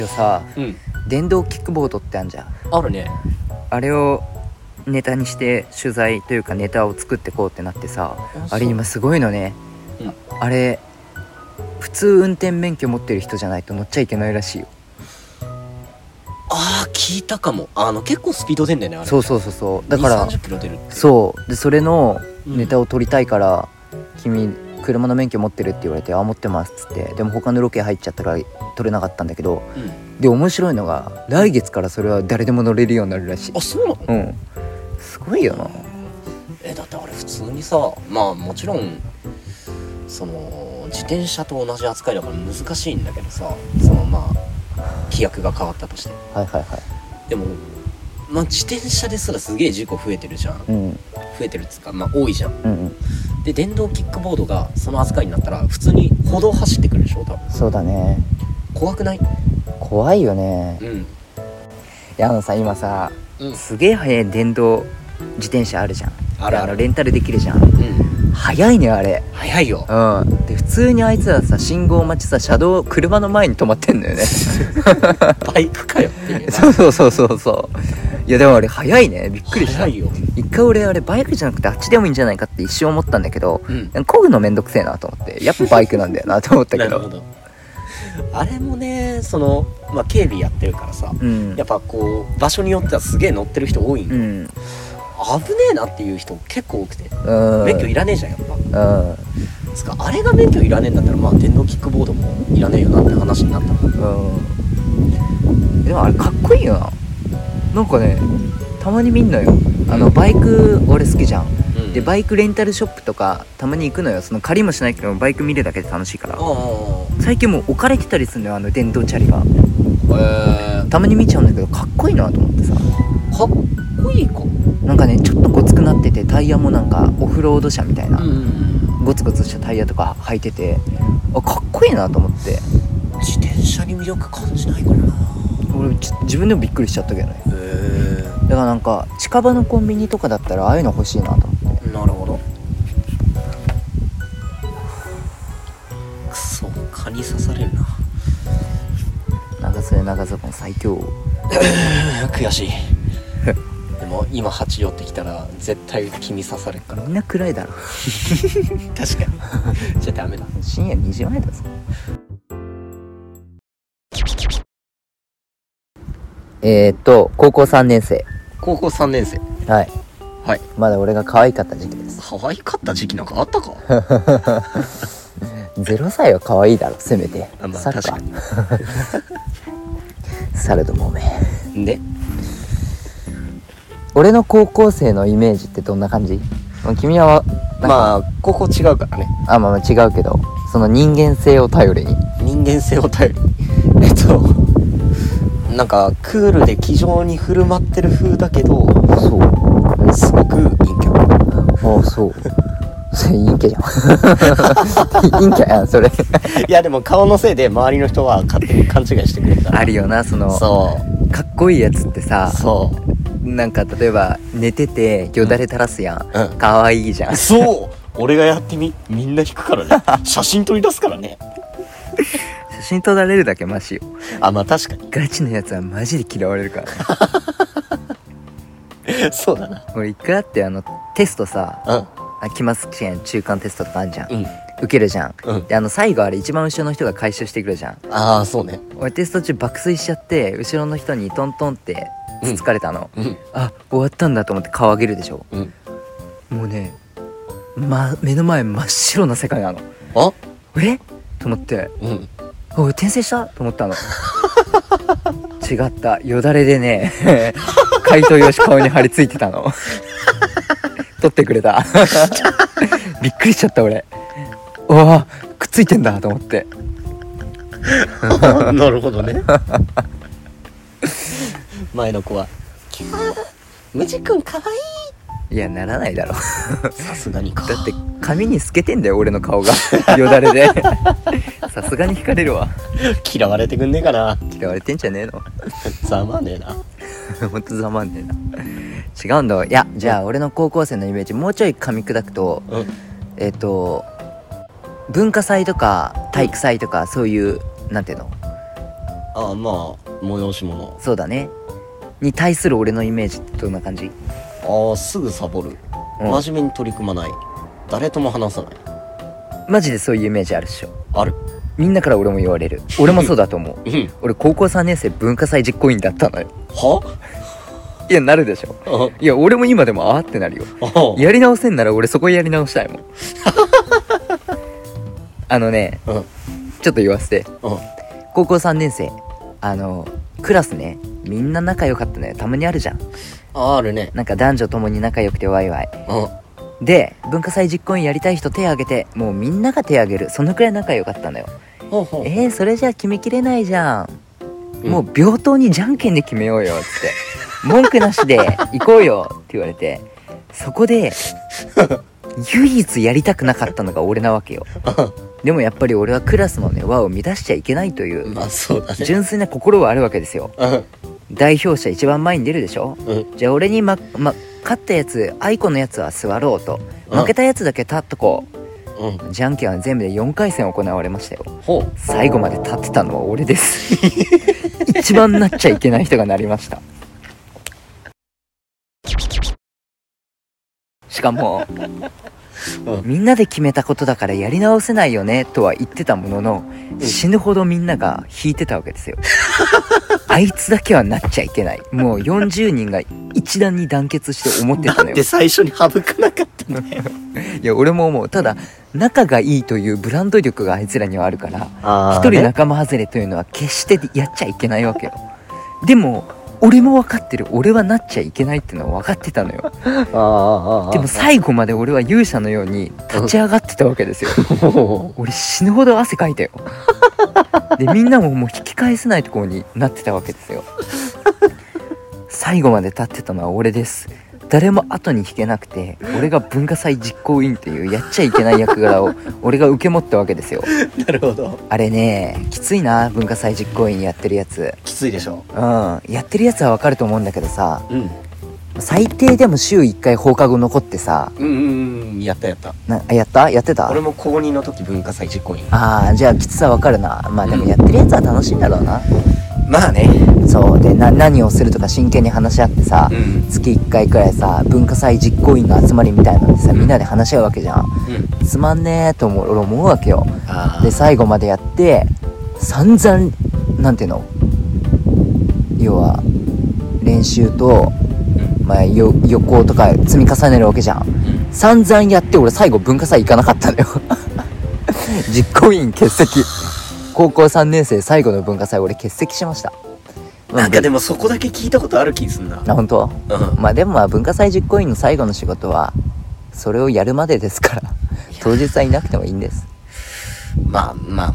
さ、 うん、 電動キックボードってあんじゃん。 あるね。 あれをネタにして取材というかネタを作ってこうってなってさ、あれ今すごいのね、 うん、 あれ普通運転免許持ってる人じゃないと乗っちゃいけないらしいよ。 あー、聞いたかも。結構スピード出んだよね、あれ。 そうだから 2、30キロ出るって。 そうで、それのネタを撮りたいから、君車の免許持ってるって言われて、あ、持ってますっつって、でも他のロケ入っちゃったから撮れなかったんだけど、で面白いのが来月からそれは誰でも乗れるようになるらしい。 あ、そうなの？ すごいよな。 だってあれ普通にさ、まあもちろんその自転車と同じ扱いだから難しいんだけどさ、そのまあ規約が変わったとして、でもまあ自転車ですらすげえ事故増えてるじゃん、増えてるっつうか、まあ多いじゃん、で電動キックボードがその扱いになったら普通に歩道走ってくるでしょ、多分。 そうだね。 怖くない？ 怖いよね。いやさ、今さ、すげえ速い電動自転車あるじゃん。あるレンタルできるじゃん。速いね、あれ。 速いよ。 で普通にあいつらさ、信号待ちさ、車の前に止まってんのよね。 バイクかよっていう。 そういやでもあれ速いね、びっくりした。 速いよ。 一回俺あれバイクじゃなくてあっちでもいいんじゃないかって一瞬思ったんだけど、漕ぐのめんどくせえなと思って、やっぱバイクなんだよなと思ったけど。 なるほど。あれもね、そのまあ警備やってるからさ、やっぱこう場所によってはすげえ乗ってる人多いんよ。危ねえなっていう人結構多くて、免許いらねえじゃんやっぱ。つかあれが免許いらねえんだったら、まあ電動キックボードもいらねえよなって話になった。 でもあれかっこいいよな。なんかね、たまに見んのよ。バイク俺好きじゃん、でバイクレンタルショップとかたまに行くのよ。その借りもしないけどバイク見るだけで楽しいから。最近もう置かれてたりするのよ、電動チャリが。たまに見ちゃうんだけど、かっこいいなと思ってさ。 かっこいいか。 なんかね、ちょっとごつくなってて、タイヤもなんかオフロード車みたいな、ゴツゴツしたタイヤとか履いてて、かっこいいなと思って。 自転車に魅力感じないからな。 俺自分でもびっくりしちゃったけどね。だからなんか近場のコンビニとかだったらああいうの欲しいなと思って。 なるほど。くそ、蚊に刺されるな。 長袖長ズボン最強。 悔しい。でも今蜂寄ってきたら絶対気に刺されるから。 みんな暗いだろ。 確かに。じゃあダメだ。 深夜2時前だぞ。高校3年生。 高校3年生。 はい。まだ俺が可愛かった時期です。 可愛かった時期なんかあったか。 0歳は可愛いだろ、せめて。 まあサッカー。 確かに。 されどもおめえ。 で、 俺の高校生のイメージってどんな感じ？君はまあ高校違うからね。 まあ違うけど、その人間性を頼りに。 なんかクールで気丈に振る舞ってる風だけど、 そうすごく陰キャ。 ああ、そう。それ陰キャじゃん。陰キャやんそれ。 いやでも顔のせいで周りの人は勝手に勘違いしてくれるから。 あるよな、そのかっこいいやつってさ、なんか例えば寝ててよだれ垂らすやん、かわいいじゃん。 そう、俺がやってみんな引くからね。写真撮り出すからね。 写真撮られるだけマシよ。 まあ確かに。 ガチのやつはマジで嫌われるからね。そうだな。 俺一回あって、テストさ、期末試験中間テストとかあんじゃん、受けるじゃん、で最後あれ一番後ろの人が回収してくるじゃん。そうね。俺テスト中爆睡しちゃって、後ろの人にトントンってつつかれたの、終わったんだと思って顔上げるでしょ、もうね、目の前真っ白な世界なの。と思って、転生したと思ったの。違った、よだれでね、回答用紙顔に貼り付いてたの。取ってくれた。びっくりしちゃった俺。うわ、くっついてんだと思って。 なるほどね。前の子はキャー、ムジ君かわいい。いや、ならないだろ。 さすがにか。 だって髪に透けてんだよ、俺の顔が。よだれで。さすがに惹かれるわ。 嫌われてくんねえかな。 嫌われてんじゃねえの。 ざまねえな。 ほんとざまんねえな。違うんだ。いや、じゃあ俺の高校生のイメージもうちょい噛み砕くと、文化祭とか体育祭とか、そういうなんていうの、 ああ、まあ催し物。 そうだね。に対する俺のイメージってどんな感じ？ ああ、すぐサボる、真面目に取り組まない、誰とも話さない。 マジでそういうイメージあるっしょ。 ある。 みんなから俺も言われる。俺もそうだと思う俺高校3年生文化祭実行委員だったのよ。 はいや、なるでしょ。いや、俺も今でもってなるよ。やり直せんなら俺そこやり直したいもんちょっと言わせて。高校3年生クラスね、みんな仲良かったのよ。たまにあるじゃん。 あるね。 なんか男女ともに仲良くてワイワイで、文化祭実行委員やりたい人手挙げて、もうみんなが手挙げる。そのくらい仲良かったのよ。それじゃあ決めきれないじゃん、もう平等にじゃんけんで決めようよっつって文句なしで行こうよって言われて、そこで唯一やりたくなかったのが俺なわけよでもやっぱり俺はクラスのね輪を乱しちゃいけないという、 そうだね、 純粋な心はあるわけですよ代表者一番前に出るでしょ、じゃあ俺に勝ったやつ、アイコのやつは座ろうと、負けたやつだけ立っとこう、じゃんけんは全部で4回戦行われましたよ。最後まで立ってたのは俺です一番なっちゃいけない人がなりました。しかもみんなで決めたことだからやり直せないよねとは言ってたものの、死ぬほどみんなが引いてたわけですよあいつだけはなっちゃいけない、もう40人が一段に団結して思ってたのよ。 なんで最初に省かなかったのよいや俺も思う。ただ仲がいいというブランド力があいつらにはあるから、一人仲間外れというのは決してやっちゃいけないわけよ。でも俺も分かってる、俺はなっちゃいけないっていうのは分かってたのよでも最後まで俺は勇者のように立ち上がってたわけですよ俺死ぬほど汗かいたよでみんなももう引き返せないところになってたわけですよ最後まで立ってたのは俺です。誰も後に引けなくて、俺が文化祭実行委員っていうやっちゃいけない役柄を俺が受け持ったわけですよなるほど。 あれね、きついな、文化祭実行委員やってるやつ。 きついでしょ。 やってるやつはわかると思うんだけどさ、最低でも週1回放課後残ってさ、 やったやってた。 俺も高2の時文化祭実行委員。 じゃあきつさわかるな。まあでもやってるやつは楽しいんだろうな。 まあね。 そうで、何をするとか真剣に話し合ってさ、月1回くらいさ文化祭実行委員の集まりみたいなんでさ、みんなで話し合うわけじゃん、つまんねえと俺思うわけよ。で最後までやって散々なんていうの、要は練習と、予行とか積み重ねるわけじゃん、散々やって俺最後文化祭行かなかったのよ実行委員欠席。高校3年生最後の文化祭俺欠席しました。 なんかでもそこだけ聞いたことある気すんな。 本当？まあでも文化祭実行委員の最後の仕事はそれをやるまでですから当日はいなくてもいいんです。 まあ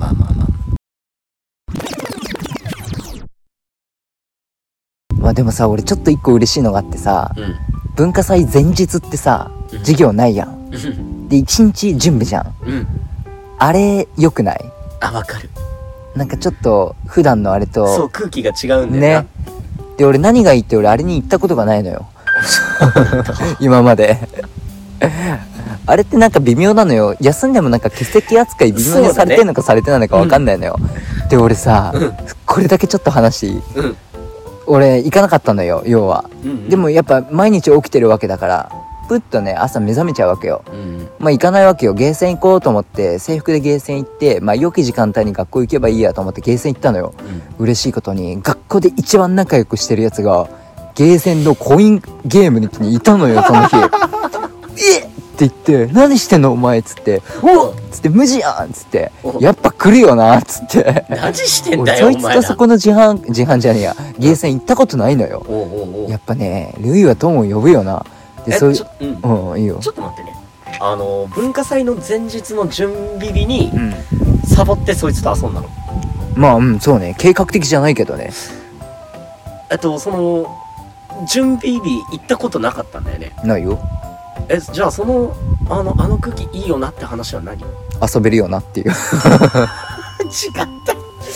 でもさ、俺ちょっと一個嬉しいのがあってさ、文化祭前日ってさ、授業ないやんで1日準備じゃん、あれ良くない？ わかる。 なんかちょっと普段のあれとそう空気が違うんだよな。 で俺何がいいって俺あれに行ったことがないのよ今まであれってなんか微妙なのよ。休んでもなんか欠席扱い微妙にされてんのかされてないのか分かんないのよ、で俺さ、これだけちょっと話していい？俺行かなかったのよ要は、でもやっぱ毎日起きてるわけだからプッとね朝目覚めちゃうわけよ、行かないわけよ。ゲーセン行こうと思って制服でゲーセン行って、良き時間帯に学校行けばいいやと思ってゲーセン行ったのよ、嬉しいことに学校で一番仲良くしてるやつがゲーセンのコインゲームにいたのよその日って言って「何してんのお前」っつって「おっ!」っつって「無事やん!」っつって「やっぱ来るよな」っつって何してんだよそいつとそこの自販じゃねえやゲーセン行ったことないのよ。やっぱねルイは友を呼ぶよな。でそういういいよ。 ちょっと待ってね。文化祭の前日の準備日に、サボってそいつと遊んだの。 まあそうね、計画的じゃないけどね。 その準備日行ったことなかったんだよね。 ないよ。 じゃあそのあの空気いいよなって話は何？ 遊べるよなっていう違った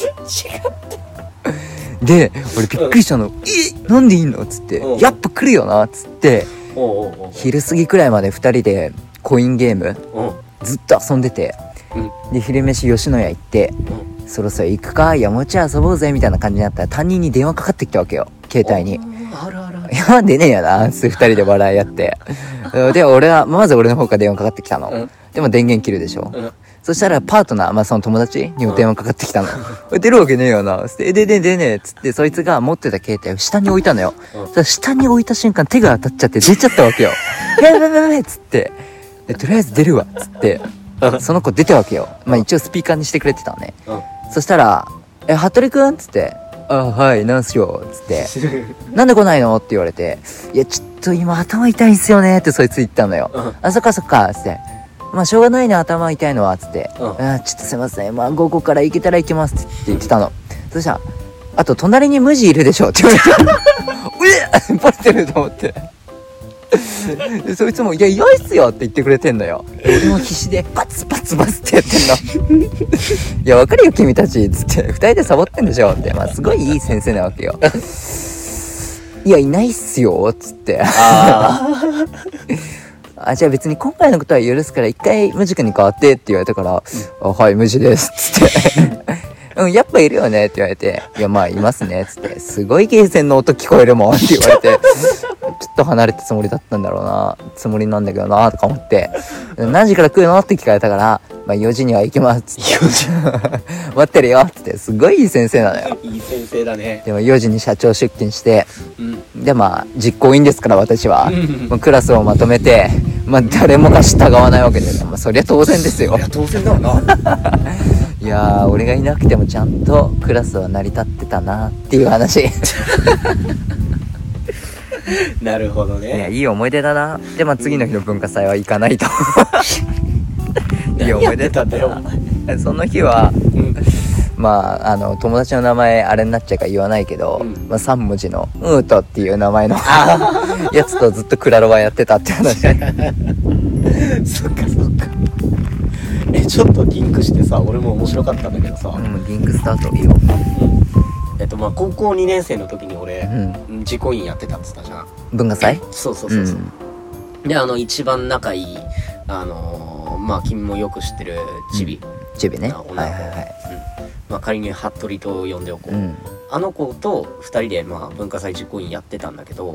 で俺びっくりしたの、なんでいいのっつって、やっぱ来るよなっつって、昼過ぎくらいまで2人でコインゲームずっと遊んでて、で昼飯吉野家行って、 そろそろ行くか、いやもうちょい遊ぼうぜみたいな感じになったら担任に電話かかってきたわけよ、携帯に。 あるある。 いや出ねえよな、2人で笑いやってでまず俺の方から電話かかってきたの、でも電源切るでしょ、そしたらパートナー、その友達にも電話かかってきたの、出るわけねえよな、でねえっつって、そいつが持ってた携帯を下に置いたのよ、そしたら下に置いた瞬間手が当たっちゃって出ちゃったわけよっつって、でとりあえず出るわっつってその子出たわけよ。一応スピーカーにしてくれてたのね、そしたら服部くんっつって、はいなんすよっつってなんで来ないのって言われて、いやちょっと今頭痛いんすよねってそいつ言ったのよ、そっかっつってしょうがないな頭痛いのはつって、ちょっとすいません午後から行けたら行きますって言ってたの。そしたらあと隣に無地いるでしょって言われてバレてると思ってでそいつもいや嫌いっすよって言ってくれてんのよ。俺も必死でバツバツバツってやってんのいやわかるよ君たちっつって、2人でサボってんでしょって、すごいいい先生なわけよいやいないっすよっつってじゃあ別に今回のことは許すから一回無地君に代わってって言われたから、はい無地ですっつってやっぱいるよねって言われて、いやいますねっつって、すごいゲーセンの音聞こえるもんって言われてちょっと離れたつもりだったんだろうな、つもりなんだけどなとか思って、何時から来るのって聞かれたから、4時には行きますっつって待ってるよっつって、すごいいい先生なのよ。 いい先生だね。 でも4時に社長出勤して、で実行委員ですから私は、クラスをまとめて、誰もが従わないわけで、そりゃ当然ですよ。 いや当然だよないや俺がいなくてもちゃんとクラスは成り立ってたなっていう話なるほどね。 いやいい思い出だな。で次の日の文化祭は行かないといい思い出だったよお前。 その日は、友達の名前あれになっちゃうから言わないけど、3文字のウートっていう名前のやつとずっとクラロワやってたって話そっかちょっとリンクしてさ、俺も面白かったんだけどさ、 リンクスタートいいよ。 高校2年生の時に俺、実行委員やってたっつったじゃん、 文化祭。 そう、で一番仲いい君もよく知ってるチビね、 仮に服部と呼んでおこう、あの子と2人で文化祭実行委員やってたんだけど、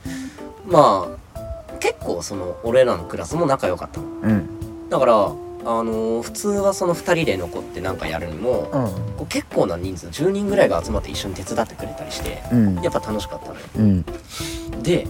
結構俺らのクラスも仲良かったの、だから普通はその2人で残ってなんかやるにも、結構な人数10人ぐらいが集まって一緒に手伝ってくれたりして、やっぱ楽しかったのよ、で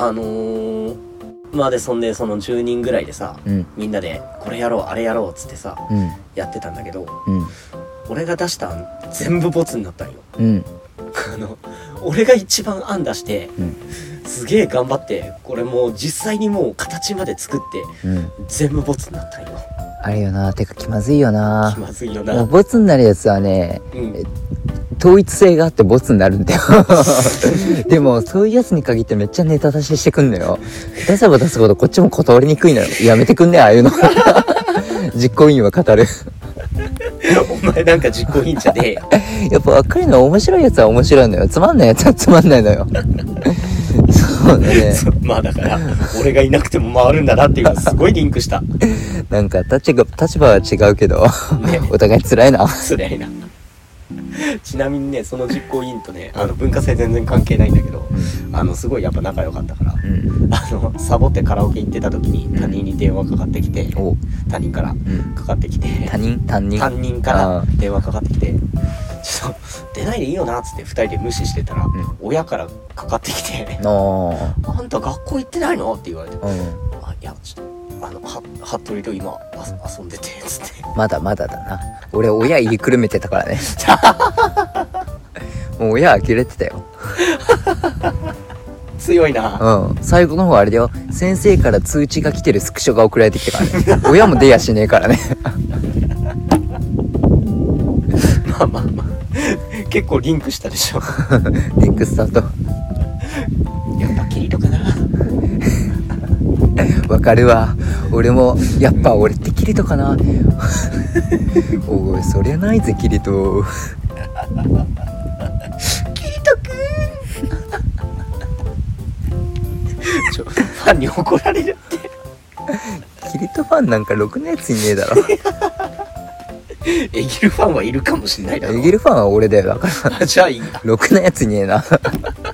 でそんでその10人ぐらいでさ、みんなでこれやろうあれやろうっつってさ、やってたんだけど、俺が出した案全部ボツになったんよ、俺が一番案出して、すげえ頑張ってこれもう実際にもう形まで作って、全部ボツになったんよ。 あれよな、てか気まずいよな。 気まずいよな。 もうボツになるやつはね、統一性があってボツになるんだよでもそういうやつに限ってめっちゃネタ出ししてくんのよ。出せば出すほどこっちも断りにくいのよ。やめてくんね、ああいうの実行委員は語るお前なんか実行委員じゃねえよやっぱ分かるの、面白いやつは面白いのよ、つまんないやつはつまんないのよそうだねだから俺がいなくても回るんだなっていうのすごいリンクしたなんか立場は違うけど、お互い辛いな。 辛いなちなみにね、その実行委員とね、文化祭全然関係ないんだけど、すごいやっぱ仲良かったから、サボってカラオケ行ってた時に他人に電話かかってきて、他人からかかってきて、担任から電話かかってきて、ちょっと出ないでいいよなっつって2人で無視してたら、親からかかってきてあんた学校行ってないのって言われて、いやちょっと服部と今遊んでてつってまだだな。俺親言いくるめてたからねもう親呆れてたよ強いな。 最後の方あれだよ、先生から通知が来てるスクショが送られてきたからね親も出やしねえからね結構リンクしたでしょリンクスタート。 やっぱキリトかなわかるわ。俺もやっぱ俺ってキリトかなおいそりゃないぜキリトキリトくんファンに怒られるってキリトファンなんかろくなやついねえだろエギルファンはいるかもしんないだろ。 エギルファンは俺だよ。だからじゃあいいんだ。 ろくなやつにねえな